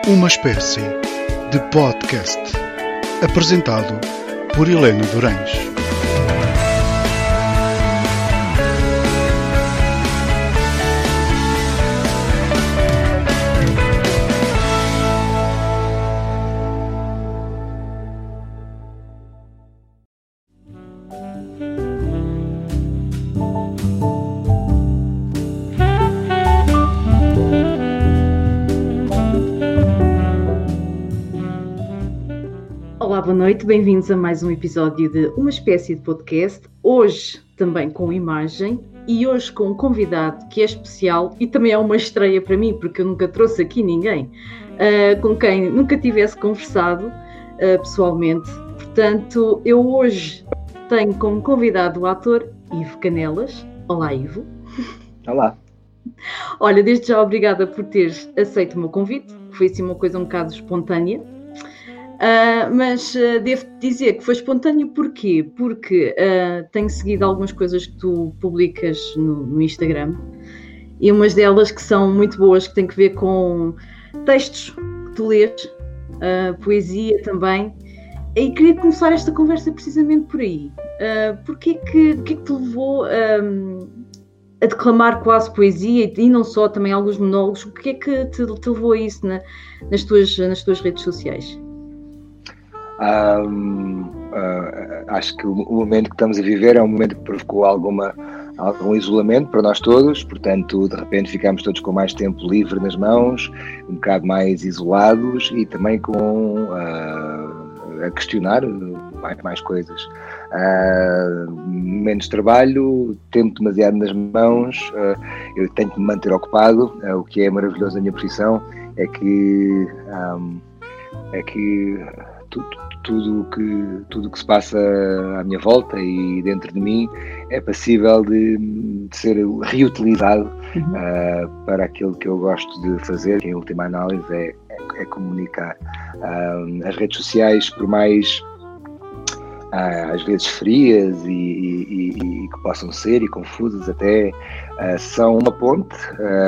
Uma espécie de podcast apresentado por Helena Durães. Olá, boa noite, bem-vindos a mais um episódio de Uma Espécie de Podcast, hoje também com imagem e hoje com um convidado que é especial e também é uma estreia para mim, porque eu nunca trouxe aqui ninguém com quem nunca tivesse conversado pessoalmente. Portanto, eu hoje tenho como convidado o ator Ivo Canelas. Olá, Ivo. Olá. Olha, desde já obrigada por teres aceito o meu convite, que foi assim uma coisa um bocado espontânea. Mas devo-te dizer que foi espontâneo porquê? Porque tenho seguido algumas coisas que tu publicas no Instagram e umas delas que são muito boas, que têm que ver com textos que tu lês, poesia também, e queria começar esta conversa precisamente por aí. Porquê que te levou a declamar quase poesia e não só, também alguns monólogos? O que é que te levou a isso nas tuas redes sociais? Acho que o momento que estamos a viver é um momento que provocou algum isolamento para nós todos, portanto, de repente ficamos todos com mais tempo livre nas mãos, um bocado mais isolados e também a questionar mais coisas. Menos trabalho, tempo demasiado nas mãos, eu tenho que me manter ocupado. O que é maravilhoso na minha profissão é que tudo que se passa à minha volta e dentro de mim é passível de ser reutilizado para aquilo que eu gosto de fazer, que em última análise é comunicar. As redes sociais, por mais às vezes frias e que possam ser e confusas até, são uma ponte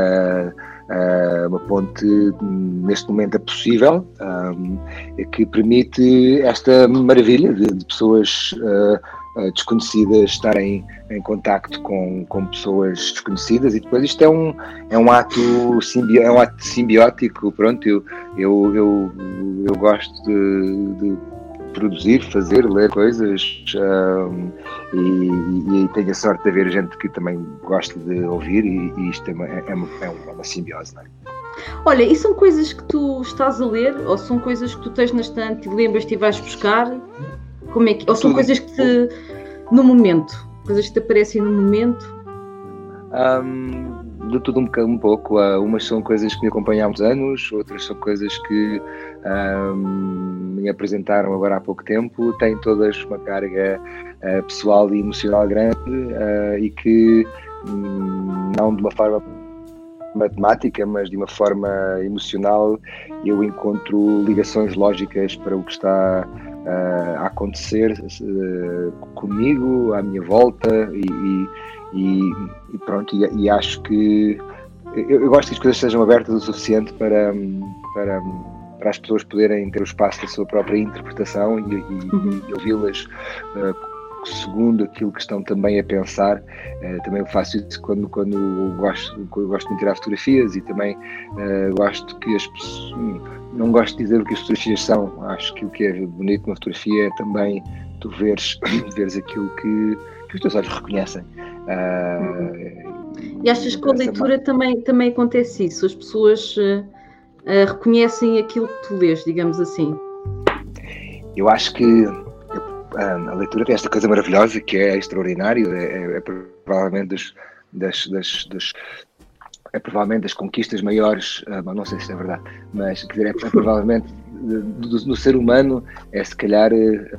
neste momento é possível, que permite esta maravilha de pessoas desconhecidas estarem em contacto com pessoas desconhecidas, e depois isto é um ato simbiótico. Pronto, eu gosto de produzir, fazer, ler coisas, e tenho a sorte de haver gente que também gosta de ouvir, e isto é uma simbiose, não é? Olha, e são coisas que tu estás a ler, ou são coisas que tu tens na estante e lembras-te e vais buscar? Como é que, ou são coisas que te, no momento, coisas que te aparecem no momento? De tudo um pouco. Umas são coisas que me acompanham há muitos anos, outras são coisas que me apresentaram agora há pouco tempo. Têm todas uma carga pessoal e emocional grande, e que não de uma forma matemática, mas de uma forma emocional eu encontro ligações lógicas para o que está a acontecer comigo, à minha volta, e pronto, e acho que eu gosto que as coisas sejam abertas o suficiente para as pessoas poderem ter o espaço da sua própria interpretação e ouvi-las segundo aquilo que estão também a pensar. Também eu faço isso quando eu gosto de tirar fotografias, e também gosto que as pessoas, não gosto de dizer o que as fotografias são. Acho que o que é bonito numa fotografia é também tu veres aquilo que os teus olhos reconhecem. E achas que com a leitura também acontece isso? As pessoas reconhecem aquilo que tu lês, digamos assim? Eu acho que a leitura tem esta coisa maravilhosa que é extraordinário. É provavelmente das conquistas maiores, não sei se é verdade, mas quer dizer, é provavelmente do ser humano, é se calhar,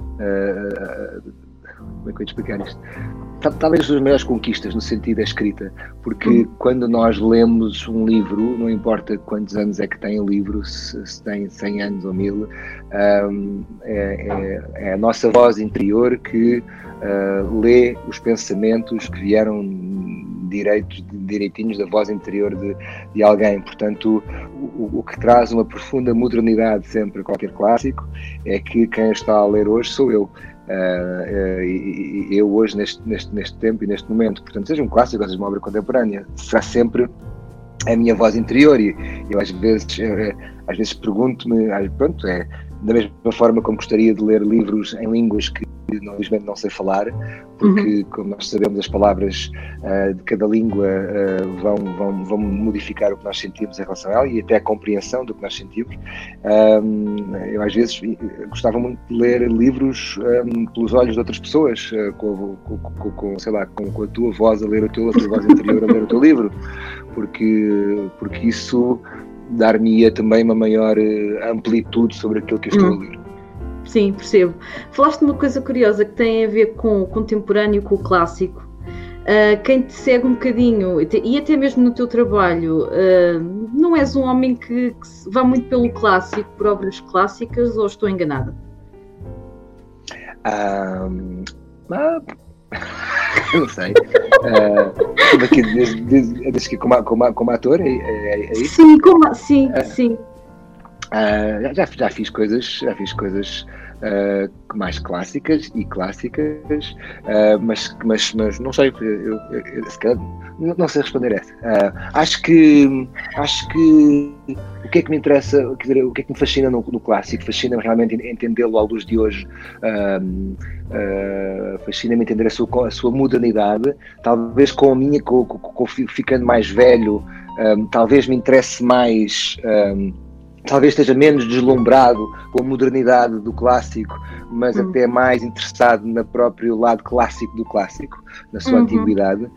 como é que eu ia explicar isto? Talvez as suas maiores conquistas no sentido da escrita, porque quando nós lemos um livro, não importa quantos anos é que tem o livro, se tem 100 anos ou 1000, é a nossa voz interior que lê os pensamentos que vieram direitinhos da voz interior de alguém. Portanto, o que traz uma profunda modernidade sempre a qualquer clássico é que quem está a ler hoje sou eu. Eu hoje, neste tempo e neste momento, portanto, seja um clássico ou seja uma obra contemporânea, será sempre a minha voz interior. E eu às vezes pergunto-me, da mesma forma como gostaria de ler livros em línguas que infelizmente não sei falar, porque como nós sabemos as palavras de cada língua vão modificar o que nós sentimos em relação a ela e até a compreensão do que nós sentimos. Eu às vezes gostava muito de ler livros pelos olhos de outras pessoas, com a tua voz a ler a tua voz interior a ler o teu livro, porque isso dar-me-ia também uma maior amplitude sobre aquilo que eu estou a ler. Sim, percebo. Falaste de uma coisa curiosa que tem a ver com o contemporâneo, com o clássico. Quem te segue um bocadinho, e até mesmo no teu trabalho, não és um homem que vá muito pelo clássico, por obras clássicas, ou estou enganada? Não sei. Estive aqui desde que como ator, é isso? Sim, sim. Já fiz coisas mais clássicas, mas não sei, se calhar, não sei responder essa. Acho que o que é que me interessa, quer dizer, o que é que me fascina no clássico, fascina-me realmente entendê-lo à luz de hoje, fascina-me entender a sua modernidade, talvez com a minha, ficando mais velho, talvez me interesse mais. Talvez esteja menos deslumbrado com a modernidade do clássico, mas até mais interessado no próprio lado clássico do clássico, na sua antiguidade.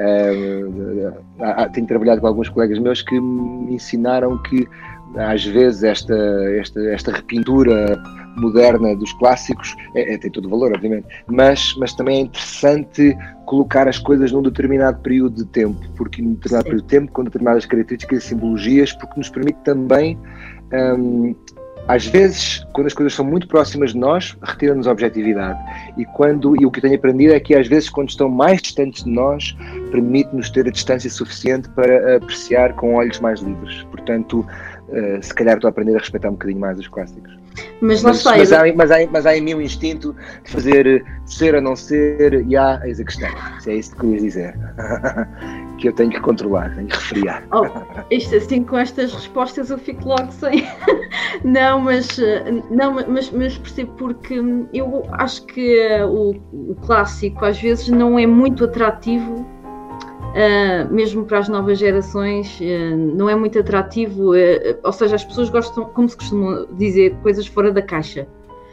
Tenho trabalhado com alguns colegas meus que me ensinaram que às vezes esta repintura moderna dos clássicos tem todo o valor, obviamente, mas também é interessante colocar as coisas num determinado período de tempo, porque num determinado período de tempo, com determinadas características e simbologias, porque nos permite também, às vezes, quando as coisas são muito próximas de nós, retira-nos a objetividade. E o que eu tenho aprendido é que às vezes, quando estão mais distantes de nós, permite-nos ter a distância suficiente para apreciar com olhos mais livres. Portanto, se calhar estou a aprender a respeitar um bocadinho mais os clássicos. Mas há em mim um instinto de fazer ser ou não ser, e eis a questão. Se é isso que querias dizer. Que eu tenho que controlar, tenho que refriar. Isto assim, com estas respostas eu fico logo sem. Não, mas percebo, porque eu acho que o clássico às vezes não é muito atrativo. Mesmo para as novas gerações, não é muito atrativo, ou seja, as pessoas gostam, como se costuma dizer, coisas fora da caixa.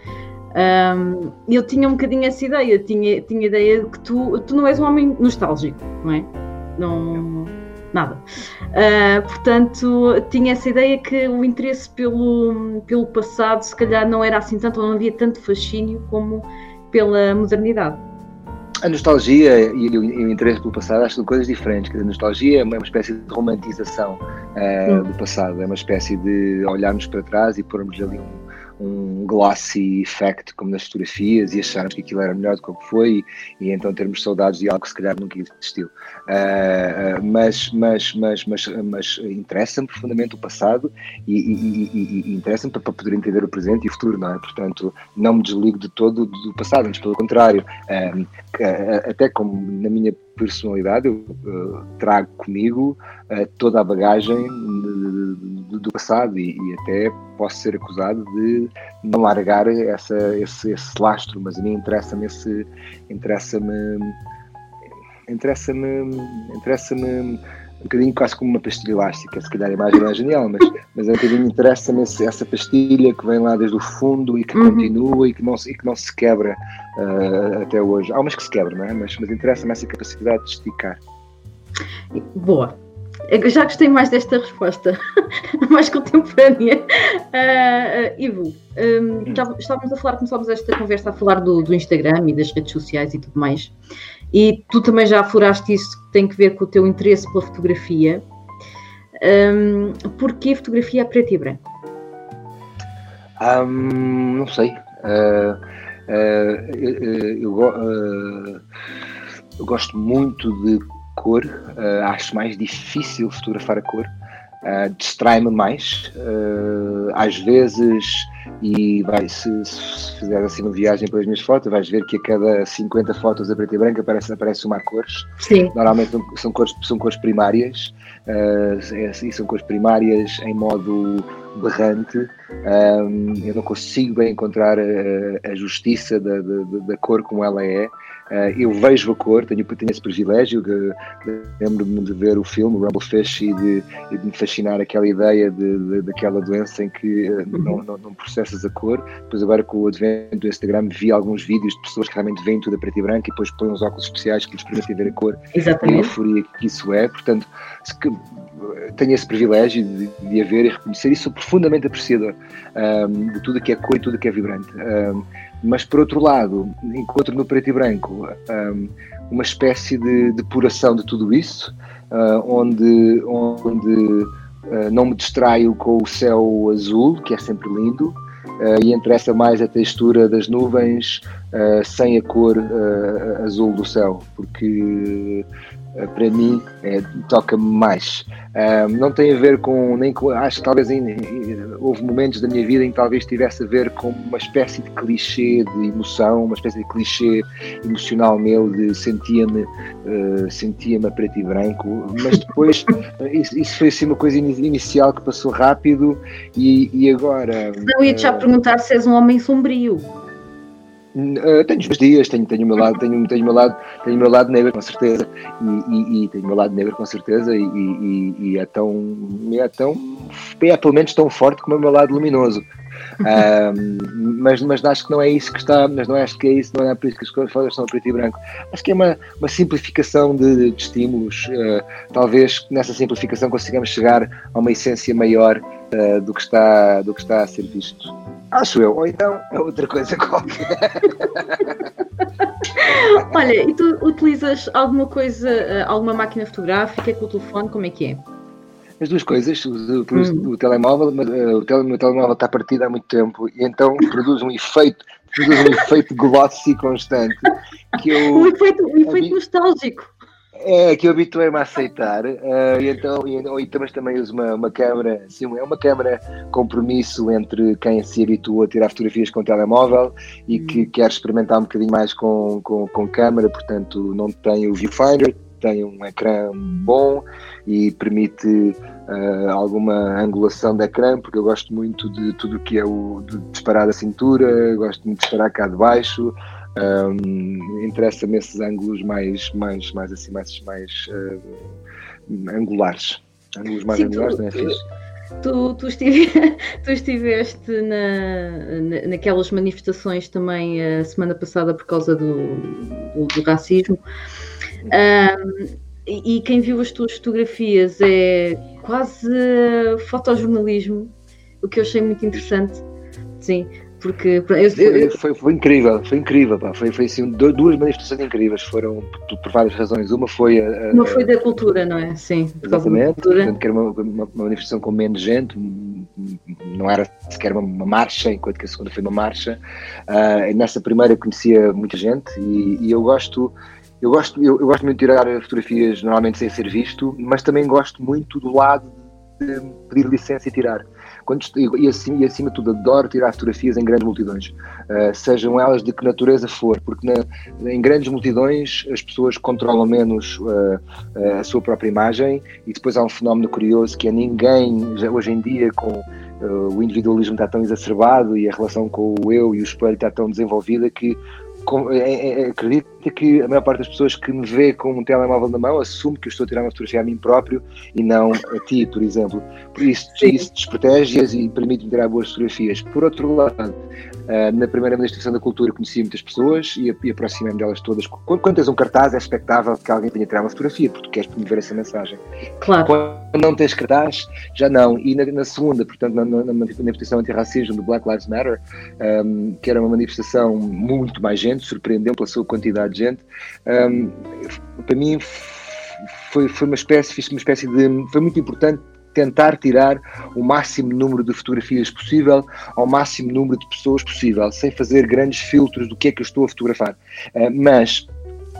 Eu tinha um bocadinho essa ideia, tinha a ideia de que tu não és um homem nostálgico, não é? Não, nada. Portanto, tinha essa ideia que o interesse pelo passado se calhar não era assim tanto, ou não havia tanto fascínio como pela modernidade. A nostalgia e o interesse pelo passado acho que são coisas diferentes. A nostalgia é uma espécie de romantização do passado, é uma espécie de olharmos para trás e pormos ali um glossy effect, como nas fotografias, e acharmos que aquilo era melhor do que o que foi, e então termos saudades de algo que se calhar nunca existiu. Mas interessa-me profundamente o passado e interessa-me para poder entender o presente e o futuro, não é? Portanto, não me desligo de todo do passado, antes pelo contrário. Até como na minha personalidade eu trago comigo toda a bagagem do passado e até posso ser acusado de não largar esse lastro, mas a mim interessa-me um bocadinho quase como uma pastilha elástica. Se calhar a imagem não é genial, mas um bocadinho interessa-me essa pastilha que vem lá desde o fundo e que continua e que não se quebra até hoje. Há umas que se quebram, não é? Mas interessa-me essa capacidade de esticar. Boa. Eu já gostei mais desta resposta, mais contemporânea. Ivo, começámos esta conversa a falar do Instagram e das redes sociais e tudo mais. E tu também já afloraste isso que tem que ver com o teu interesse pela fotografia. Porquê a fotografia a preto e branco? Não sei. Eu gosto muito de cor, acho mais difícil fotografar a cor, distrai-me mais, às vezes, e se fizer assim uma viagem pelas minhas fotos, vais ver que a cada 50 fotos a preto e branco aparece uma a cores. Sim. Normalmente são cores primárias, e são cores primárias em modo berrante. Eu não consigo bem encontrar a justiça da cor como ela é. Eu vejo a cor, tenho esse privilégio, lembro-me de ver o filme Rumblefish e de me fascinar aquela ideia daquela doença em que não processas a cor. Depois agora com o advento do Instagram vi alguns vídeos de pessoas que realmente veem tudo a preto e branco e depois põem uns óculos especiais que lhes permitem ver a cor. Exatamente. E a euforia que isso é. Portanto, tenho esse privilégio de a ver e reconhecer e sou profundamente apreciador de tudo que é cor e tudo que é vibrante. Mas, por outro lado, encontro no preto e branco uma espécie de depuração de tudo isso, onde não me distraio com o céu azul, que é sempre lindo, e interessa mais a textura das nuvens sem a cor azul do céu, porque para mim toca-me mais. Não tem a ver acho que talvez houve momentos da minha vida em que talvez tivesse a ver com uma espécie de clichê de emoção, uma espécie de clichê emocional meu de sentia-me a preto e branco, mas depois isso foi assim uma coisa inicial que passou rápido e agora... Não, ia-te já perguntar se és um homem sombrio. Tenho os meus dias, tenho o meu lado negro com certeza e tenho o meu lado negro com certeza e é pelo menos tão forte como o meu lado luminoso. Mas acho que não é isso que está, mas não acho que é isso, não é por isso que as fotos são a preto e branco. Acho que é uma simplificação de estímulos. Talvez nessa simplificação consigamos chegar a uma essência maior do que está a ser visto. Acho eu, ou então é outra coisa qualquer. Olha, e tu utilizas alguma coisa, alguma máquina fotográfica com o telefone, como é que é? As duas coisas, o telemóvel, mas o meu telemóvel está partido há muito tempo e então produz um efeito glossy constante que eu... Um efeito nostálgico. Que eu habituei-me a aceitar, mas também uso uma câmera, sim, é uma câmera compromisso entre quem se habitua a tirar fotografias com o telemóvel e que quer experimentar um bocadinho mais com câmera, portanto não tem o viewfinder, tem um ecrã bom e permite alguma angulação de ecrã, porque eu gosto muito de tudo o que é de disparar da cintura, gosto muito de disparar cá de baixo. Interessa-me esses ângulos mais angulares. Ângulos mais angulares, não é fixe? Tu estiveste naquelas manifestações também a semana passada por causa do racismo. E quem viu as tuas fotografias é quase fotojornalismo, o que eu achei muito interessante. Sim. Porque foi incrível, pá. Foi assim, duas manifestações incríveis, foram por várias razões. Uma foi da cultura, não é? Sim, exatamente, portanto, que era uma manifestação com menos gente, não era sequer uma marcha, enquanto que a segunda foi uma marcha. Nessa primeira conhecia muita gente e eu gosto muito de tirar fotografias normalmente sem ser visto, mas também gosto muito do lado de pedir licença e tirar. E acima de tudo adoro tirar fotografias em grandes multidões, sejam elas de que natureza for, porque em grandes multidões as pessoas controlam menos a sua própria imagem e depois há um fenómeno curioso que é ninguém, hoje em dia com o individualismo está tão exacerbado e a relação com o eu e o espelho está tão desenvolvida que acredito que a maior parte das pessoas que me vê com um telemóvel na mão assume que eu estou a tirar uma fotografia a mim próprio e não a ti, por exemplo. Por isso desprotege-as e permite-me tirar boas fotografias. Por outro lado, na primeira manifestação da cultura conheci muitas pessoas e aproximei-me delas todas. Quando tens um cartaz é expectável que alguém venha tirar uma fotografia porque tu queres promover essa mensagem. Claro. Quando não tens cartaz, já não. E na segunda, portanto, na manifestação anti-racismo do Black Lives Matter, que era uma manifestação muito mais gente, surpreendeu pela sua quantidade de gente, para mim foi uma espécie de... Foi muito importante tentar tirar o máximo número de fotografias possível ao máximo número de pessoas possível, sem fazer grandes filtros do que é que eu estou a fotografar. Mas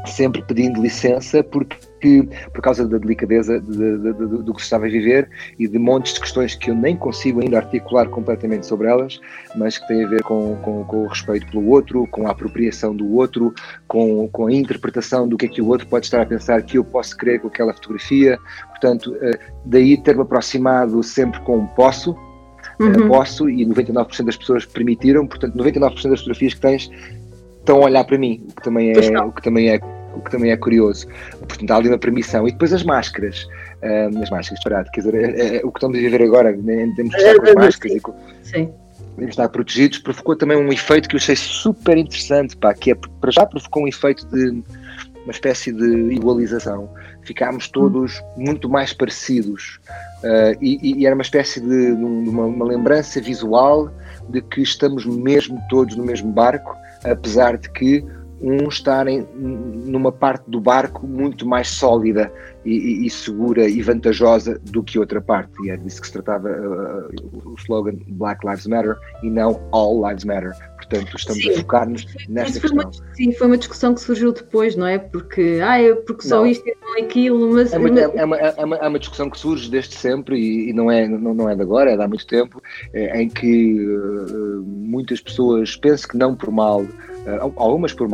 sempre pedindo licença por causa da delicadeza do que se estava a viver e de montes de questões que eu nem consigo ainda articular completamente sobre elas, mas que têm a ver com o respeito pelo outro, com a apropriação do outro, com a interpretação do que é que o outro pode estar a pensar que eu posso querer com aquela fotografia. Portanto, daí ter-me aproximado sempre com um posso, posso, e 99% das pessoas permitiram. Portanto, 99% das fotografias que tens estão a olhar para mim, o que também é curioso. Portanto, há ali uma permissão. E depois as máscaras, parado, quer dizer, o que estamos a viver agora, né, temos que estar com as máscaras devemos estar protegidos, provocou também um efeito que eu achei super interessante, que é, para já provocou um efeito de uma espécie de igualização. Ficámos todos muito mais parecidos, e era uma espécie de uma lembrança visual de que estamos mesmo todos no mesmo barco, apesar de que uns estarem numa parte do barco muito mais sólida e segura e vantajosa do que outra parte. E é disso que se tratava o slogan Black Lives Matter e não All Lives Matter. Portanto, estamos a focar-nos nesta questão. Foi uma discussão que surgiu depois, não é? Porque só isto e não aquilo, mas... É uma discussão que surge desde sempre e não é de agora, é de há muito tempo, em que muitas pessoas, penso que não por mal, algumas por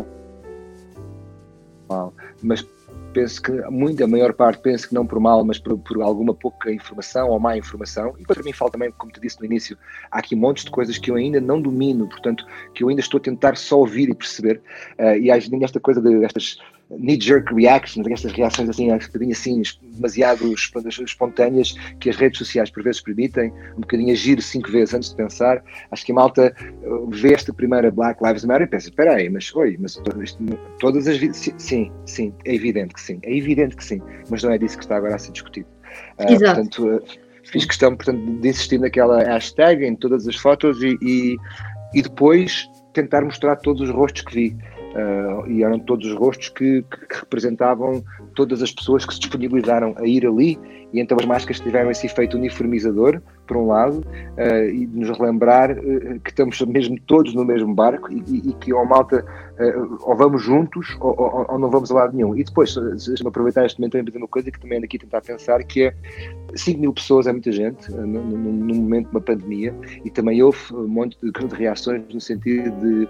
mal, mas penso que a maior parte penso que não por mal, mas por alguma pouca informação ou má informação. E para mim falta também, como te disse no início, há aqui montes de coisas que eu ainda não domino, portanto, que eu ainda estou a tentar só ouvir e perceber. E há esta coisa destas knee-jerk reactions, estas reações assim, demasiado espontâneas que as redes sociais por vezes permitem, um bocadinho agir 5 vezes antes de pensar. Acho que a malta vê esta primeira Black Lives Matter e pensa, espera aí, mas todas as vidas, sim, é evidente que sim, mas não é disso que está agora a ser discutido. Portanto, fiz questão, de insistir naquela hashtag em todas as fotos e depois tentar mostrar todos os rostos que vi. E eram todos os rostos que representavam todas as pessoas que se disponibilizaram a ir ali, e então as máscaras tiveram esse efeito uniformizador, por um lado, e de nos relembrar que estamos mesmo todos no mesmo barco e que ou vamos juntos ou não vamos a lado nenhum. E depois, deixa-me aproveitar este momento também para dizer uma coisa que também ando aqui a tentar pensar, que é 5 mil pessoas é muita gente num momento de uma pandemia, e também houve um monte de reações no sentido de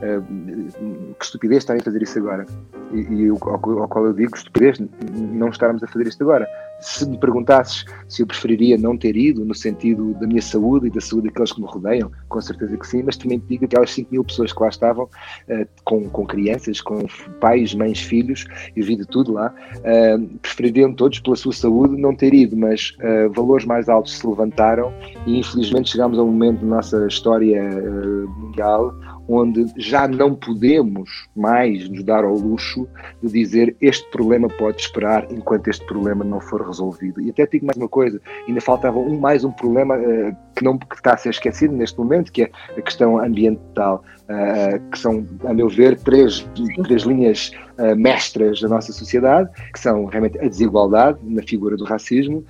que estupidez estarem a fazer isso agora, e ao qual eu digo estupidez não estarmos a fazer isto agora. Se me perguntasses se eu preferiria não ter ido, no sentido da minha saúde e da saúde daqueles que me rodeiam, com certeza que sim, mas também te digo que aquelas 5 mil pessoas que lá estavam, com crianças, com pais, mães, filhos, eu vi de tudo lá, prefeririam todos, pela sua saúde, não ter ido, mas valores mais altos se levantaram e infelizmente chegámos a um momento na nossa história mundial onde já não podemos mais nos dar ao luxo de dizer este problema pode esperar enquanto este problema não for resolvido. E até digo mais uma coisa, ainda faltava mais um problema que está a ser esquecido neste momento, que é a questão ambiental, que são, a meu ver, três linhas mestras da nossa sociedade, que são realmente a desigualdade na figura do racismo,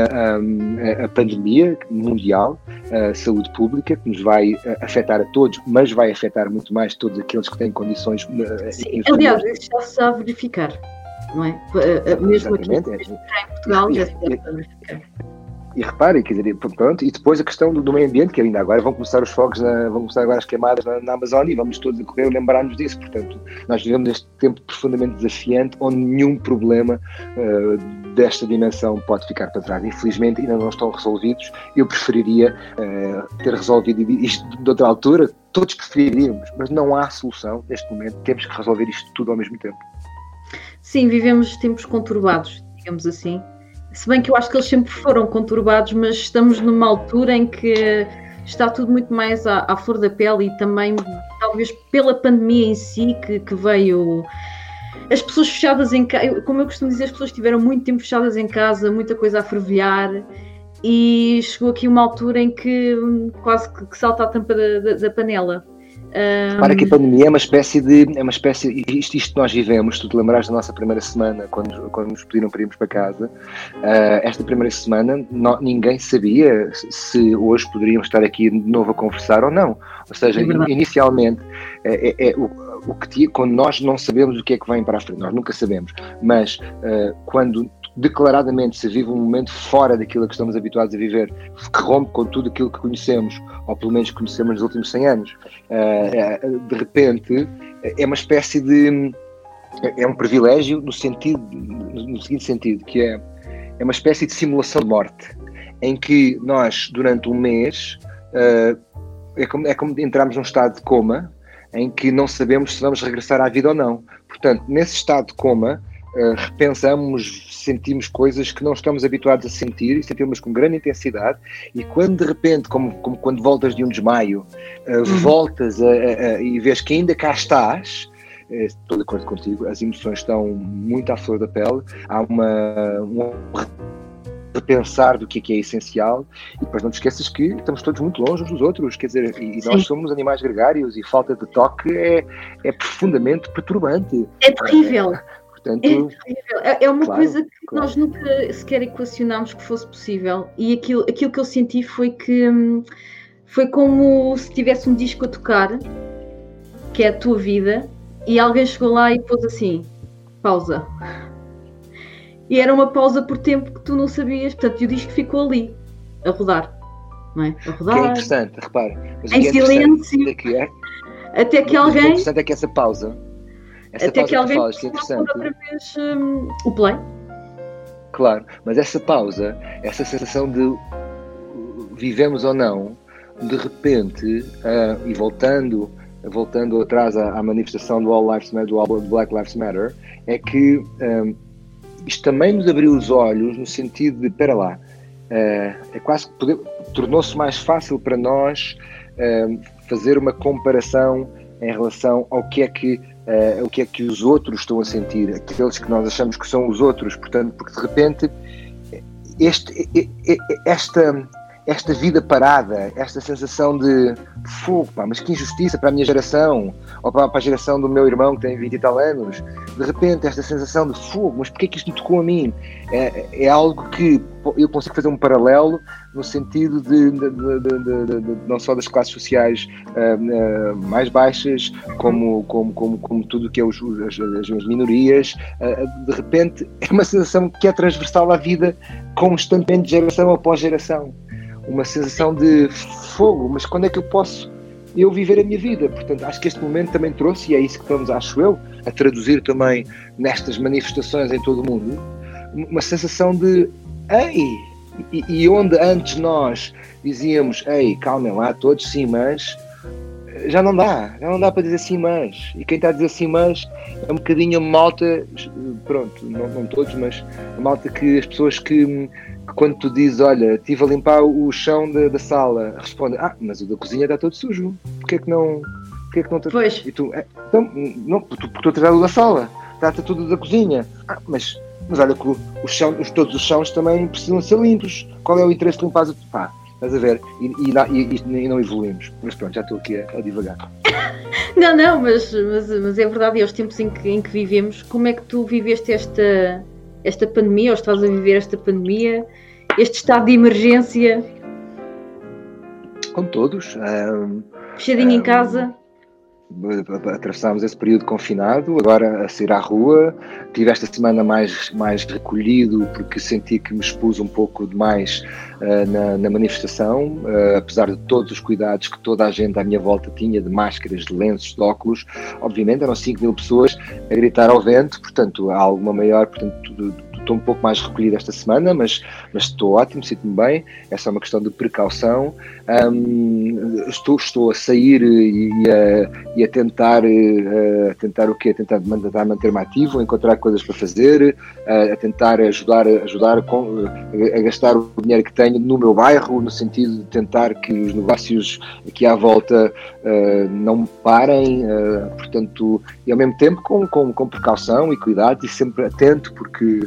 a pandemia mundial, a saúde pública, que nos vai afetar a todos, mas vai afetar muito mais todos aqueles que têm condições... Sim, aliás, isso já se está a verificar, não é? Mesmo aqui em Portugal já se está a verificar. E reparem, quer dizer, pronto, e depois a questão do meio ambiente, que ainda agora vão começar os fogos, vão começar agora as queimadas na Amazónia, e vamos todos a correr lembrar-nos disso. Portanto, nós vivemos neste tempo profundamente desafiante, onde nenhum problema desta dimensão pode ficar para trás. Infelizmente ainda não estão resolvidos. Eu preferiria ter resolvido isto de outra altura, todos preferiríamos, mas não há solução neste momento. Temos que resolver isto tudo ao mesmo tempo. Sim, vivemos tempos conturbados, digamos assim. Se bem que eu acho que eles sempre foram conturbados, mas estamos numa altura em que está tudo muito mais à flor da pele, e também talvez pela pandemia em si que veio... As pessoas fechadas em casa, como eu costumo dizer, as pessoas estiveram muito tempo fechadas em casa, muita coisa a fervilhar, e chegou aqui uma altura em que quase que salta a tampa da panela. Para que a pandemia é uma espécie de isto nós vivemos. Tu te lembraste da nossa primeira semana, quando nos pediram para irmos para casa. Esta primeira semana ninguém sabia se hoje poderíamos estar aqui de novo a conversar ou não. Ou seja, inicialmente quando nós não sabemos o que é que vem para a frente, nós nunca sabemos, mas quando declaradamente se vive um momento fora daquilo a que estamos habituados a viver, que rompe com tudo aquilo que conhecemos, ou pelo menos conhecemos nos últimos 100 anos, de repente é uma espécie de... é um privilégio no seguinte sentido, que é uma espécie de simulação de morte, em que nós, durante um mês, é como entrarmos num estado de coma, em que não sabemos se vamos regressar à vida ou não. Portanto, nesse estado de coma, repensamos, sentimos coisas que não estamos habituados a sentir e sentimos com grande intensidade, e quando de repente, como quando voltas de um desmaio, voltas e vês que ainda cá estás, estou de acordo contigo, as emoções estão muito à flor da pele, há um repensar do que é essencial, e depois não te esqueças que estamos todos muito longe uns dos outros, quer dizer, e nós somos animais gregários, e falta de toque é profundamente perturbante. É terrível. Portanto, é terrível. É uma coisa que nós nunca sequer equacionámos que fosse possível, e aquilo que eu senti foi que foi como se tivesse um disco a tocar, que é a tua vida, e alguém chegou lá e pôs assim, pausa. E era uma pausa por tempo que tu não sabias, portanto, e o disco ficou ali, a rodar, não é? A rodar. Que é interessante, repare. Mas em silêncio, até que alguém... O interessante é que essa pausa até que alguém falas, que é interessante. Outra vez o play. Claro, mas essa pausa, essa sensação de vivemos ou não, de repente, e voltando atrás à manifestação do All Lives Matter, do Black Lives Matter, é que isto também nos abriu os olhos no sentido de, espera lá, é quase que tornou-se mais fácil para nós fazer uma comparação em relação ao que é que os outros estão a sentir, aqueles que nós achamos que são os outros, portanto, porque de repente esta vida parada, esta sensação de fogo, pá, mas que injustiça para a minha geração, ou para a geração do meu irmão que tem 20 e tal anos, de repente esta sensação de fogo, mas porquê é que isto me tocou a mim? É algo que eu consigo fazer um paralelo no sentido de não só das classes sociais mais baixas, como tudo que é as minorias, de repente é uma sensação que é transversal à vida constantemente, geração após geração. Uma sensação de fogo, mas quando é que eu posso viver a minha vida? Portanto, acho que este momento também trouxe, e é isso que estamos, acho eu, a traduzir também nestas manifestações em todo o mundo, uma sensação de e onde antes nós dizíamos, calmem lá todos, sim, mas já não dá para dizer sim, mas, e quem está a dizer sim, mas é um bocadinho a malta, pronto, não todos, mas a malta que as pessoas que quando tu dizes, olha, estive a limpar o chão da sala, respondem, mas o da cozinha está todo sujo, porquê é que não está? Pois. E tu, então, não, porque tu trazes o da sala, trata tudo da cozinha. Mas olha que todos os chãos também precisam ser limpos, qual é o interesse de limpar? Estás a ver? E não evoluímos. Mas pronto, já estou aqui a divagar. Não, mas é verdade, e aos tempos em que vivemos, como é que tu viveste esta pandemia, ou estás a viver esta pandemia, este estado de emergência? Como todos. Fechadinho em casa. Atravessámos esse período confinado, agora a sair à rua. Tive esta semana mais recolhido, porque senti que me expus um pouco demais na manifestação, apesar de todos os cuidados que toda a gente à minha volta tinha, de máscaras, de lenços, de óculos. Obviamente eram 5.000 pessoas a gritar ao vento, portanto há alguma maior, estou um pouco mais recolhido esta semana, mas estou ótimo, sinto-me bem. Essa é uma questão de precaução. Estou a sair e a tentar o quê? A tentar manter-me ativo, a encontrar coisas para fazer, a tentar ajudar a gastar o dinheiro que tenho no meu bairro, no sentido de tentar que os negócios aqui à volta não parem, portanto, e ao mesmo tempo com precaução e cuidado e sempre atento, porque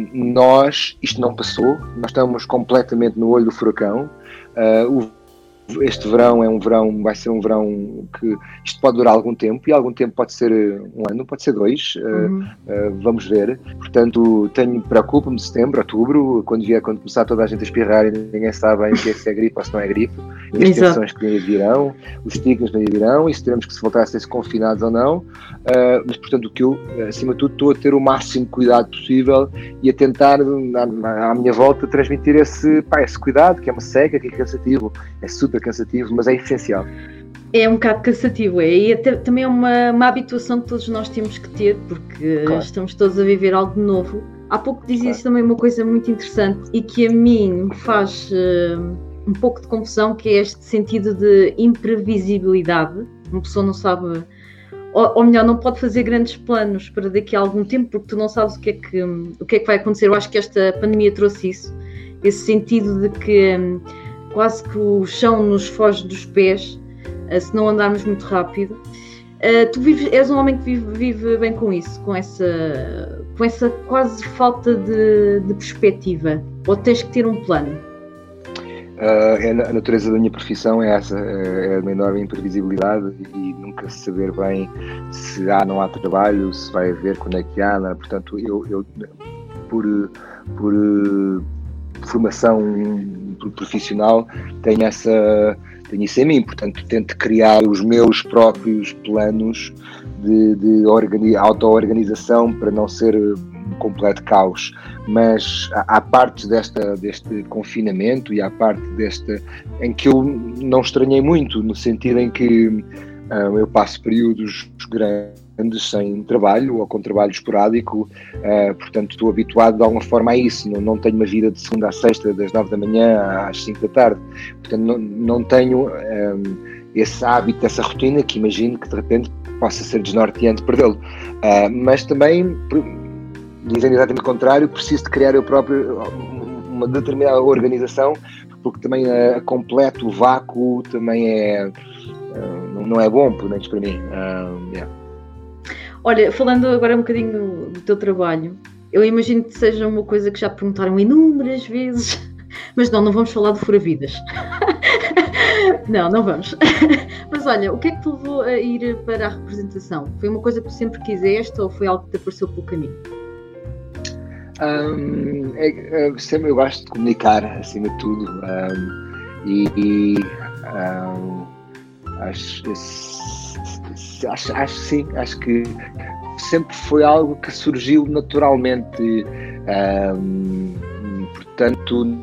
isto não passou, nós estamos completamente no olho do furacão. O este verão vai ser um verão que isto pode durar algum tempo, e algum tempo pode ser um ano, pode ser 2, vamos ver. Portanto, preocupa-me setembro, outubro, quando começar toda a gente a espirrar e ninguém sabe bem o que é, se é gripe ou se não é gripe, as tensões que virão, os estigmas que virão, e se teremos que se voltar a ser confinados ou não. Mas, portanto, o que eu, acima de tudo, estou a ter o máximo cuidado possível e a tentar, à minha volta, transmitir esse cuidado, que é uma seca, que é cansativo, é super cansativo, mas é essencial. É um bocado cansativo, e também é uma habituação que todos nós temos que ter, porque estamos todos a viver algo novo. Há pouco dizias também uma coisa muito interessante e que a mim me faz um pouco de confusão, que é este sentido de imprevisibilidade. Uma pessoa não sabe, ou melhor, não pode fazer grandes planos para daqui a algum tempo, porque tu não sabes o que é que vai acontecer. Eu acho que esta pandemia trouxe isso, esse sentido de que quase que o chão nos foge dos pés, se não andarmos muito rápido. Tu és um homem que vive bem com isso, com essa quase falta de perspectiva, ou tens que ter um plano? A natureza da minha profissão é essa, é uma enorme imprevisibilidade e nunca saber bem se há, não há trabalho, se vai haver, quando é que há, não é? Portanto, eu por formação profissional tenho isso em mim, portanto tento criar os meus próprios planos de auto-organização para não ser um completo caos. Mas há partes deste confinamento e há parte em que eu não estranhei muito, no sentido em que eu passo períodos grandes sem trabalho ou com trabalho esporádico, portanto estou habituado de alguma forma a isso, não tenho uma vida de segunda a sexta, das 9 da manhã às 5 da tarde, portanto não tenho esse hábito, essa rotina que imagino que de repente possa ser desnorteante perdê-lo, mas também, dizendo exatamente o contrário, preciso de criar eu próprio uma determinada organização, porque também a completo vácuo também não é bom, pelo menos para mim. Olha, falando agora um bocadinho do teu trabalho, eu imagino que seja uma coisa que já perguntaram inúmeras vezes, mas não vamos falar de fura-vidas. Não vamos. Mas olha, o que é que te levou a ir para a representação? Foi uma coisa que tu sempre quiseste ou foi algo que te apareceu pelo caminho? Sempre eu gosto de comunicar, acima de tudo, acho que sempre foi algo que surgiu naturalmente, portanto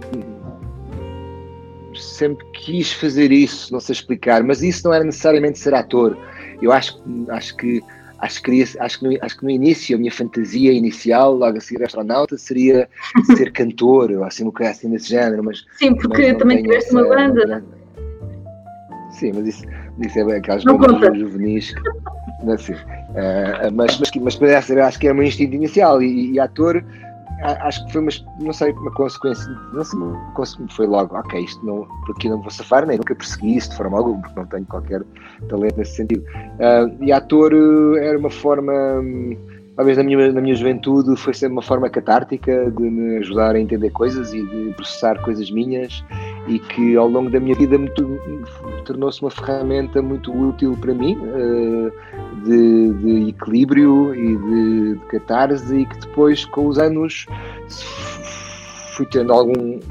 sempre quis fazer isso, não sei explicar, mas isso não era necessariamente ser ator. Eu acho que no início, a minha fantasia inicial, logo a seguir astronauta, seria ser cantor, ou assim, uma coisa assim desse género. Mas, sim, porque também tiveste uma banda. Sim, mas isso é aquelas bandas juvenis. Assim, mas poderia ser, acho que é o meu instinto inicial, e ator, acho que foi uma consequência, não sei, foi logo, ok, isto não, porque não vou safar, nem nunca persegui isso de forma alguma, porque não tenho qualquer talento nesse sentido. E ator era uma forma, talvez na minha juventude, foi sempre uma forma catártica de me ajudar a entender coisas e de processar coisas minhas, e que ao longo da minha vida tornou-se uma ferramenta muito útil para mim, de equilíbrio e de catarse, e que depois, com os anos, fui tendo algum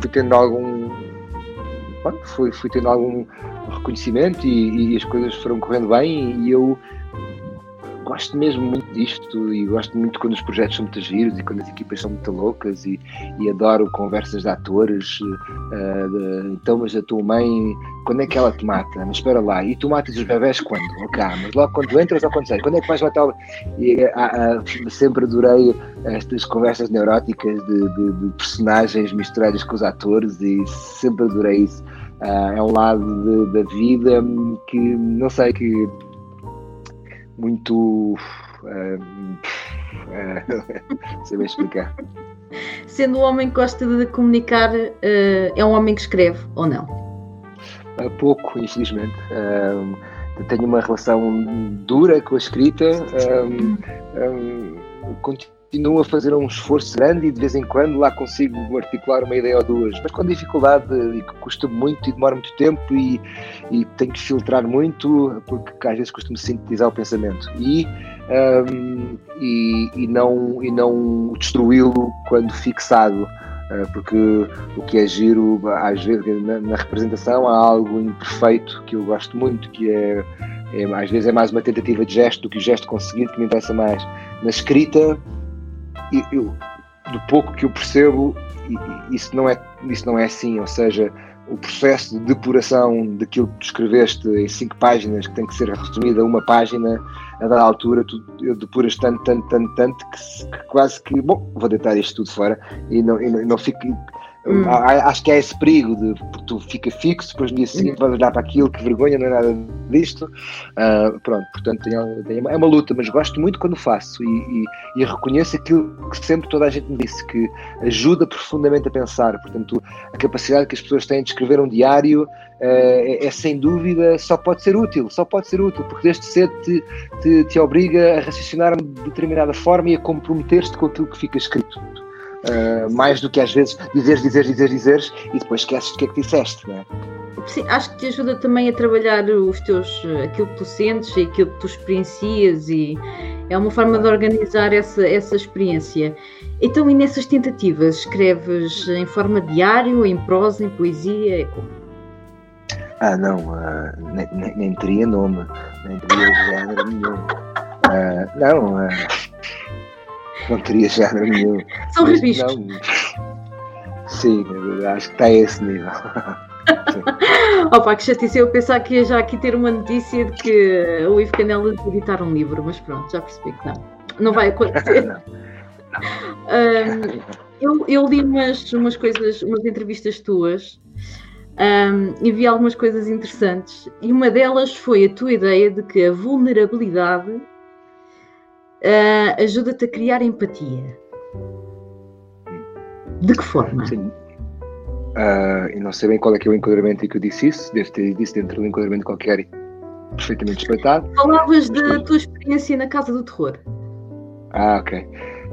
reconhecimento, e as coisas foram correndo bem, e eu gosto mesmo muito disto, e gosto muito quando os projetos são muito giros e quando as equipas são muito loucas, e adoro conversas de atores. Então, mas a tua mãe, quando é que ela te mata? Mas espera lá, e tu matas os bebés quando? Ok, mas logo quando entras ou quando sais? Quando é que vais matar? Sempre adorei estas conversas neuróticas de personagens misturadas com os atores, e sempre adorei isso. É um lado da vida que, não sei, que muito sei bem explicar. Sendo um homem que gosta de comunicar, é um homem que escreve ou não? Pouco, infelizmente. Tenho uma relação dura com a escrita. continuo a fazer um esforço grande e de vez em quando lá consigo articular uma ideia ou duas, mas com dificuldade e que custa muito e demora muito tempo e tenho que filtrar muito, porque às vezes costumo sintetizar o pensamento e não destruí-lo quando fixado, porque o que é giro, às vezes na representação há algo imperfeito que eu gosto muito, que às vezes é mais uma tentativa de gesto do que o gesto conseguido, que me interessa mais. Na escrita, do pouco que eu percebo, isso não é assim, ou seja, o processo de depuração daquilo que tu escreveste em 5 páginas, que tem que ser resumido a uma página, a dada altura tu depuras tanto que quase que, bom, vou deitar isto tudo fora e não fico... Acho que é esse perigo porque tu fica fixo, depois no dia seguinte vais olhar para aquilo, que vergonha, não é nada disto. Pronto, portanto é uma luta, mas gosto muito quando faço e reconheço aquilo que sempre toda a gente me disse, que ajuda profundamente a pensar. Portanto, a capacidade que as pessoas têm de escrever um diário é sem dúvida, só pode ser útil, porque desde cedo te obriga a raciocinar de determinada forma e a comprometer-te com aquilo que fica escrito. Mais do que às vezes dizeres e depois esqueces do que é que disseste, não é? Sim, acho que te ajuda também a trabalhar aquilo que tu sentes e aquilo que tu experiencias, e é uma forma de organizar essa experiência. Então, e nessas tentativas, escreves em forma de diário, em prosa, em poesia? É como? Não, nem teria nome, nem teria género nenhum. Não teria género nenhum. São revistos. Sim, acho que está a esse nível. Opa, que chatice, eu pensava que ia já aqui ter uma notícia de que o Ivo Canelas ia editar um livro, mas pronto, já percebi que não vai acontecer. Eu li umas coisas, umas entrevistas tuas, e vi algumas coisas interessantes, e uma delas foi a tua ideia de que a vulnerabilidade ajuda-te a criar empatia. De que forma? Sim. Eu não sei bem qual é que é o enquadramento em que eu disse isso. Devo ter dito dentro de um enquadramento qualquer perfeitamente respeitado. Falavas da tua experiência na Casa do Terror. Ok.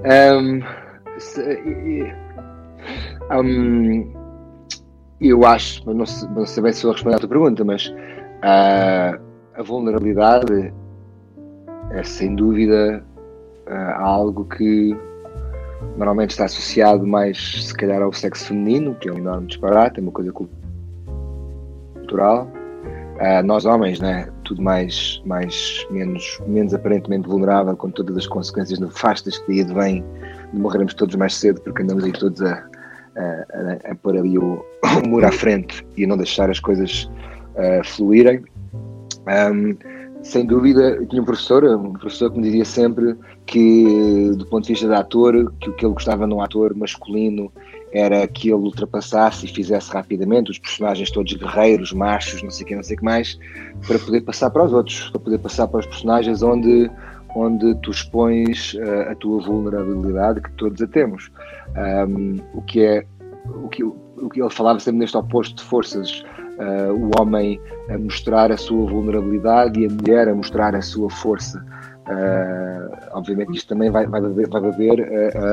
Eu acho, não sei bem se vou responder à tua pergunta, mas a vulnerabilidade é sem dúvida algo que normalmente está associado mais, se calhar, ao sexo feminino, que é um enorme disparate, é uma coisa cultural. Nós homens, né, tudo menos aparentemente vulnerável, com todas as consequências nefastas que daí advém de morrermos todos mais cedo, porque andamos aí todos a pôr ali o muro à frente e a não deixar as coisas fluírem. Sem dúvida, eu tinha um professor que me dizia sempre que, do ponto de vista de ator, que o que ele gostava num ator masculino era que ele ultrapassasse e fizesse rapidamente os personagens todos guerreiros, machos, não sei o que mais, para poder passar para os outros, para poder passar para os personagens onde tu expões a tua vulnerabilidade, que todos a temos. O que ele falava sempre neste oposto de forças, o homem a mostrar a sua vulnerabilidade e a mulher a mostrar a sua força. Obviamente isto também vai beber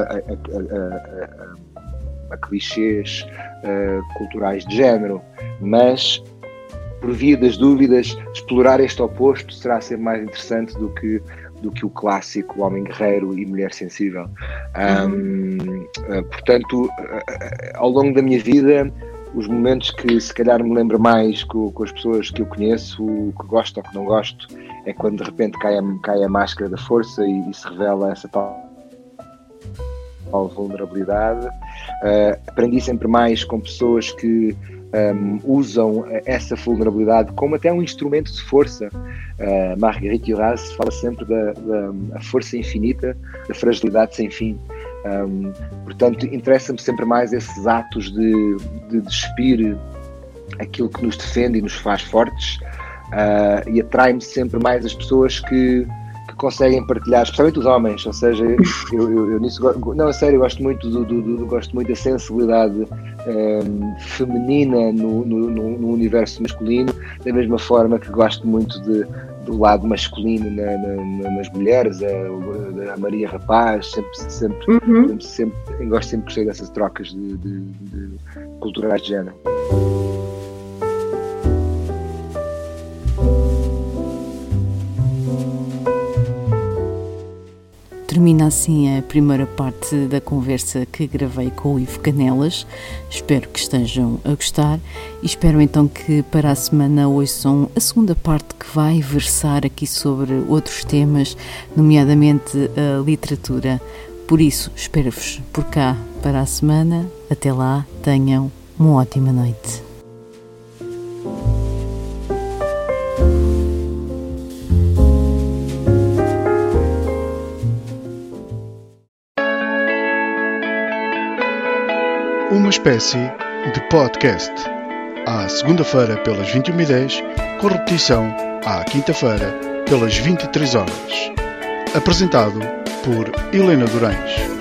a clichês culturais de género, mas por via das dúvidas, explorar este oposto será sempre mais interessante do que o clássico homem guerreiro e mulher sensível. Portanto, ao longo da minha vida, os momentos que se calhar me lembro mais com as pessoas que eu conheço, que gosto ou que não gosto, é quando de repente cai a máscara da força e se revela essa tal vulnerabilidade. Aprendi sempre mais com pessoas que usam essa vulnerabilidade como até um instrumento de força. Marguerite Duras fala sempre da força infinita, da fragilidade sem fim. Portanto, interessa-me sempre mais esses atos de despir aquilo que nos defende e nos faz fortes, e atrai-me sempre mais as pessoas que conseguem partilhar, especialmente os homens. Ou seja, eu nisso, não, a sério, eu gosto muito gosto muito da sensibilidade feminina no universo masculino, da mesma forma que gosto muito do lado masculino nas mulheres, a Maria Rapaz, gosto sempre gostei dessas trocas de culturais de género. Termina assim a primeira parte da conversa que gravei com o Ivo Canelas. Espero que estejam a gostar e espero então que para a semana ouçam a segunda parte, que vai versar aqui sobre outros temas, nomeadamente a literatura. Por isso, espero-vos por cá para a semana. Até lá, tenham uma ótima noite. Uma espécie de podcast. À segunda-feira pelas 21h10, com repetição à quinta-feira pelas 23 horas. Apresentado por Helena Durães.